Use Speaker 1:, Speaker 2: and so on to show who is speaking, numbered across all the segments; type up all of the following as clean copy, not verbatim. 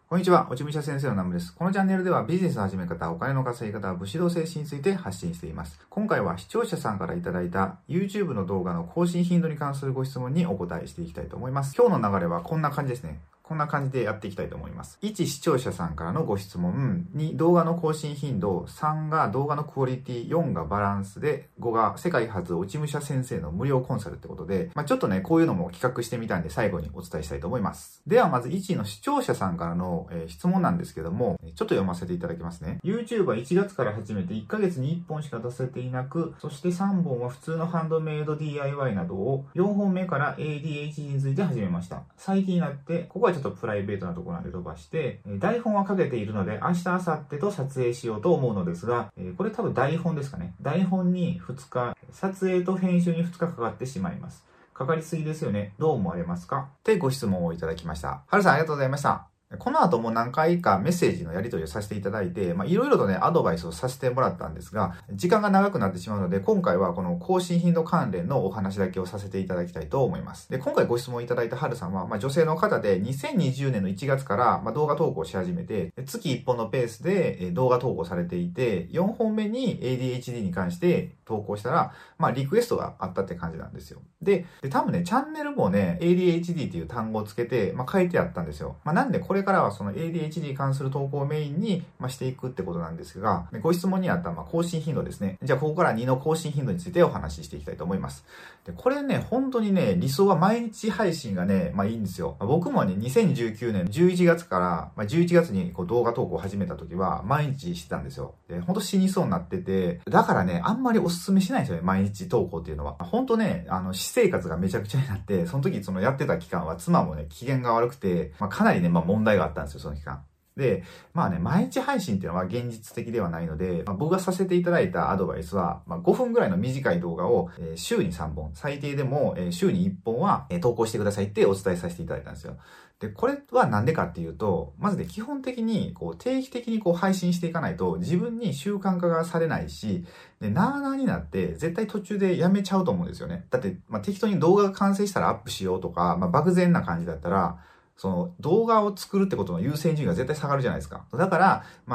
Speaker 1: こんにちは、落ち武者先生のナムです。このチャンネルではビジネスの始め方、お金の稼ぎ方、武士道精神について発信しています。今回は視聴者さんからいただいた YouTube の動画の更新頻度に関するご質問にお答えしていきたいと思います。今日の流れはこんな感じですね。こんな感じでやっていきたいと思います。1、視聴者さんからのご質問。2、動画の更新頻度。3が動画のクオリティ。4がバランスで、5が世界初落ち武者先生の無料コンサルってことで、ちょっとね、こういうのも企画してみたんで最後にお伝えしたいと思います。ではまず1の視聴者さんからの質問なんですけども、ちょっと読ませていただきますね。YouTube は1月から始めて1ヶ月に1本しか出せていなく、そして3本は普通のハンドメイド DIY などを、4本目から ADHD について始めました。最近になって、ここはちょっとプライベートなところなんで飛ばして、台本はかけているので、明日、明後日と撮影しようと思うのですが、これ多分台本ですかね。台本に2日、撮影と編集に2日かかってしまいます。かかりすぎですよね。どう思われますか？ってご質問をいただきました。はるさんありがとうございました。この後も何回かメッセージのやり取りをさせていただいて、いろいろとね、アドバイスをさせてもらったんですが、時間が長くなってしまうので、今回はこの更新頻度関連のお話だけをさせていただきたいと思います。で、今回ご質問いただいたはるさんは、女性の方で2020年の1月から動画投稿し始めて、月1本のペースで動画投稿されていて、4本目に ADHD に関して投稿したら、リクエストがあったって感じなんですよ。で、多分ね、チャンネルもね、ADHD っていう単語をつけて、書いてあったんですよ。なんでこれからはその ADHD に関する投稿をメインにしていくってことなんですが、ご質問にあった更新頻度ですね。じゃあここから2の更新頻度についてお話ししていきたいと思います。で、これね、本当にね、理想は毎日配信がね、いいんですよ。僕もね、2019年11月から、11月に動画投稿を始めた時は毎日してたんですよ。で、本当死にそうになってて、だからね、あんまりおすすめしないんですよね、毎日投稿っていうのは。本当ね、私生活がめちゃくちゃになって、その時やってた期間は妻もね、機嫌が悪くて、かなりね、問題があったんですよ、その期間。で、毎日配信っていうのは現実的ではないので、僕がさせていただいたアドバイスは、5分ぐらいの短い動画を、週に3本、最低でも、週に1本は、投稿してくださいってお伝えさせていただいたんですよ。で、これはなんでかっていうと、まずね、基本的に、定期的に配信していかないと、自分に習慣化がされないし、で、なーなーになって、絶対途中でやめちゃうと思うんですよね。だって、適当に動画が完成したらアップしようとか、漠然な感じだったら、その動画を作るってことの優先順位が絶対下がるじゃないですか。だから、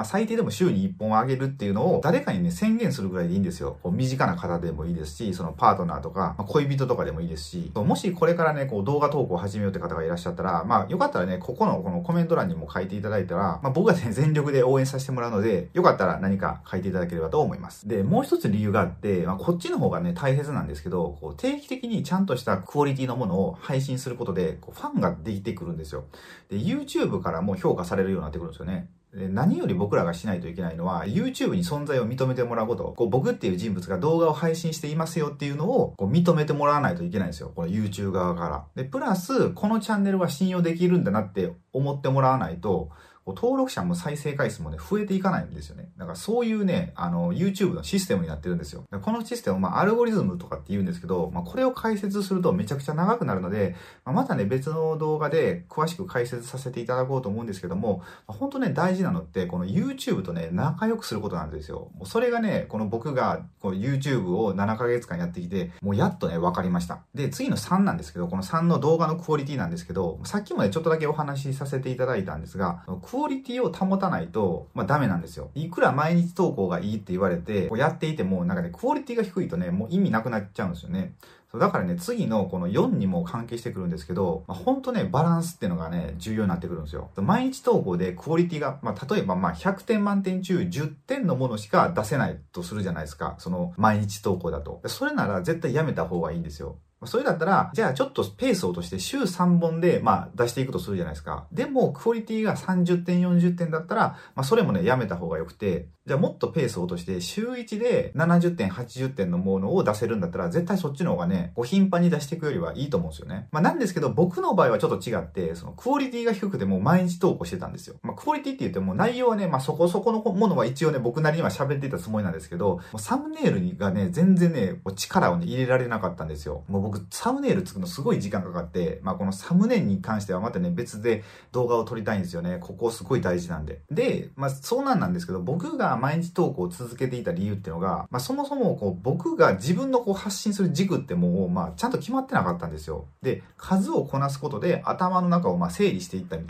Speaker 1: 最低でも週に1本上げるっていうのを誰かにね、宣言するぐらいでいいんですよ。身近な方でもいいですし、そのパートナーとか、恋人とかでもいいですし、もしこれからね、動画投稿を始めようって方がいらっしゃったら、よかったらね、このコメント欄にも書いていただいたら、僕がね、全力で応援させてもらうので、よかったら何か書いていただければと思います。で、もう一つ理由があって、こっちの方がね、大切なんですけど、定期的にちゃんとしたクオリティのものを配信することで、ファンができてくるんですよ。で、YouTube からも評価されるようになってくるんですよね。で、何より僕らがしないといけないのは、YouTube に存在を認めてもらうこと。僕っていう人物が動画を配信していますよっていうのを認めてもらわないといけないんですよ。この YouTube 側から。で、プラス、このチャンネルは信用できるんだなって思ってもらわないと、登録者も再生回数もね、増えていかないんですよね。だからそういうね、YouTube のシステムになってるんですよ。このシステム、アルゴリズムとかって言うんですけど、これを解説するとめちゃくちゃ長くなるので、またね、別の動画で詳しく解説させていただこうと思うんですけども、本当ね、大事なのって、この YouTube とね、仲良くすることなんですよ。もうそれがね、僕がYouTube を7ヶ月間やってきて、もうやっとね、分かりました。で、次の3なんですけど、この3の動画のクオリティなんですけど、さっきもね、ちょっとだけお話しさせていただいたんですが、クオリティを保たないと、ダメなんですよ。いくら毎日投稿がいいって言われて、やっていても、クオリティが低いとね、もう意味なくなっちゃうんですよね。だからね、次のこの4にも関係してくるんですけど、ほんとね、バランスっていうのがね、重要になってくるんですよ。毎日投稿でクオリティが、例えば100点満点中10点のものしか出せないとするじゃないですか。その毎日投稿だと。それなら絶対やめた方がいいんですよ。それだったら、じゃあちょっとペースを落として週3本で、出していくとするじゃないですか。でも、クオリティが30点、40点だったら、それもね、やめた方が良くて、じゃあもっとペースを落として、週1で70点、80点のものを出せるんだったら、絶対そっちの方がね、頻繁に出していくよりはいいと思うんですよね。なんですけど、僕の場合はちょっと違って、そのクオリティが低くても毎日投稿してたんですよ。クオリティって言っても内容はね、そこそこのものは一応ね、僕なりには喋っていたつもりなんですけど、サムネイルがね、全然ね、力をね、入れられなかったんですよ。もう僕、サムネイル作るのすごい時間かかって、このサムネに関してはまたね、別で動画を撮りたいんですよね。ここすごい大事なんで。で、そうなんですけど、僕が毎日投稿を続けていた理由っていうのが、そもそも僕が自分の発信する軸ってもう、ちゃんと決まってなかったんですよ。で、数をこなすことで頭の中を整理していったみたいな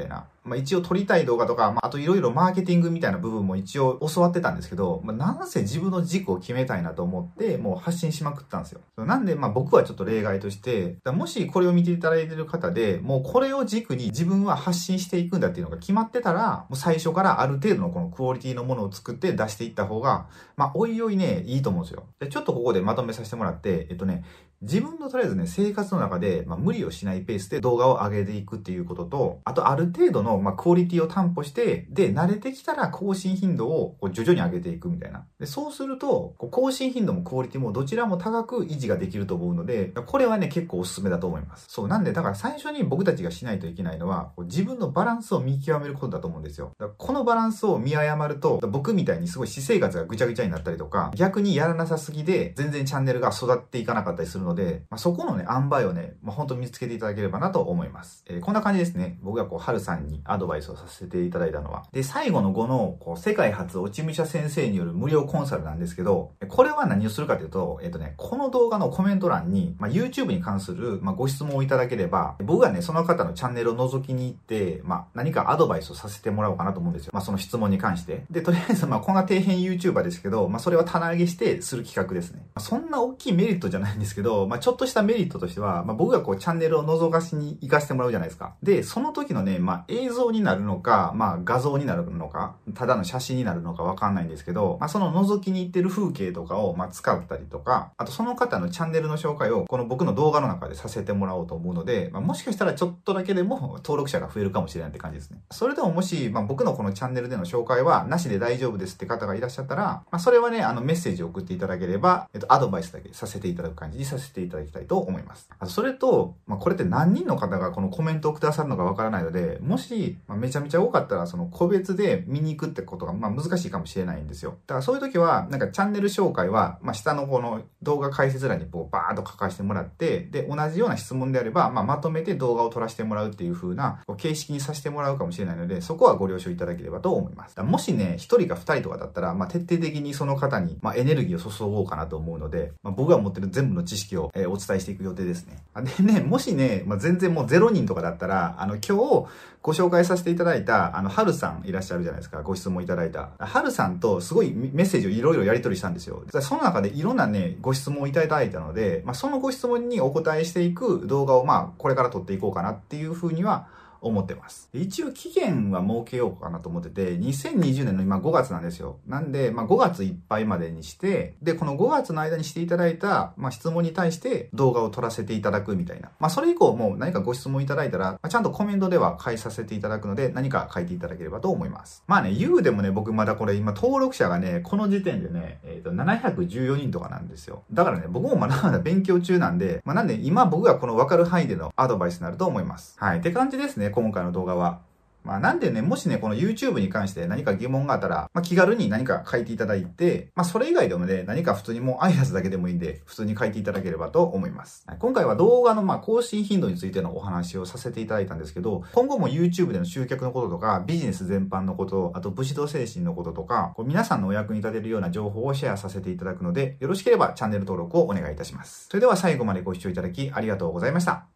Speaker 1: 一応撮りたい動画とか、あといろいろマーケティングみたいな部分も一応教わってたんですけど、なんせ自分の軸を決めたいなと思って、もう発信しまくったんですよ。なんで、僕はちょっと例外として、もしこれを見ていただいている方で、もうこれを軸に自分は発信していくんだっていうのが決まってたら、もう最初からある程度のこのクオリティのものを作って出していった方が、おいおいね、いいと思うんですよ。で、ちょっとここでまとめさせてもらって、自分のとりあえずね、生活の中で、無理をしないペースで動画を上げていくっていうことと、あとある程度の、クオリティを担保して、で、慣れてきたら更新頻度を徐々に上げていくみたいな。で、そうすると、更新頻度もクオリティもどちらも高く維持ができると思うので、これはね、結構おすすめだと思います。そう、なんで、だから最初に僕たちがしないといけないのは、自分のバランスを見極めることだと思うんですよ。だからこのバランスを見誤ると、僕みたいにすごい私生活がぐちゃぐちゃになったりとか、逆にやらなさすぎで、全然チャンネルが育っていかなかったりするので、そこのね、塩梅をね、本当見つけていただければなと思います。こんな感じですね。僕が春さんにアドバイスをさせていただいたのは。で、最後の5の、世界初落ち武者先生による無料コンサルなんですけど、これは何をするかというと、この動画のコメント欄に、YouTube に関する、ご質問をいただければ、僕がね、その方のチャンネルを覗きに行って、何かアドバイスをさせてもらおうかなと思うんですよ。その質問に関して。で、とりあえず、こんな底辺 YouTuber ですけど、それは棚上げしてする企画ですね。そんな大きいメリットじゃないんですけど、ちょっとしたメリットとしては、僕がチャンネルを覗かしに行かせてもらうじゃないですか。で、その時のね、映像になるのか、画像になるのか、ただの写真になるのかわかんないんですけど、その覗きに行ってる風景とかを、使ったりとか、あとその方のチャンネルの紹介を、この僕の動画の中でさせてもらおうと思うので、もしかしたらちょっとだけでも登録者が増えるかもしれないって感じですね。それでももし、僕のこのチャンネルでの紹介はなしで大丈夫ですって方がいらっしゃったら、それはね、メッセージを送っていただければ、アドバイスだけさせていただく感じにさせていただきたいと思います。あとそれと、これって何人の方がこのコメントをくださるのかわからないので、もし、めちゃめちゃ多かったら、その個別で見に行くってことが、難しいかもしれないんですよ。だからそういう時は、チャンネル紹介は、下のこの動画解説欄にバーッと書かせてもらって、で、同じような質問であれば、まとめて動画を撮らせてもらうっていう風な、形式にさせてもらうかもしれないので、そこはご了承いただければと思います。もしね、1人か2人とかだったら、徹底的にその方に、エネルギーを注ごうかなと思うので、僕が持ってる全部の知識を、お伝えしていく予定ですね。でね、もしね、全然もう0人とかだったら、今日ご紹介させていただいた、はるさんいらっしゃるじゃないですか。ご質問いただいた。はるさんとすごいメッセージをいろいろやり取りしたんですよ。その中でいろんなね、ご質問をいただいたので、そのご質問にお答えしていく動画をこれから撮っていこうかなっていうふうには思ってます。一応期限は設けようかなと思ってて、2020年の今5月なんですよ。なんで、5月いっぱいまでにして、で、この5月の間にしていただいた、質問に対して動画を撮らせていただくみたいな。それ以降も何かご質問いただいたら、ちゃんとコメントでは返させていただくので、何か書いていただければと思います。言うでもね、僕まだこれ今登録者がね、この時点でね、714人とかなんですよ。だからね、僕もまだまだ勉強中なんで、なんで今僕がこの分かる範囲でのアドバイスになると思います。はい。って感じですね。今回の動画は。なんでね、もしね、この YouTube に関して何か疑問があったら、気軽に何か書いていただいて、それ以外でもね、何か普通にもう挨拶だけでもいいんで、普通に書いていただければと思います。今回は動画の更新頻度についてのお話をさせていただいたんですけど、今後も YouTube での集客のこととか、ビジネス全般のこと、あと武士道精神のこととか、皆さんのお役に立てるような情報をシェアさせていただくので、よろしければチャンネル登録をお願いいたします。それでは最後までご視聴いただきありがとうございました。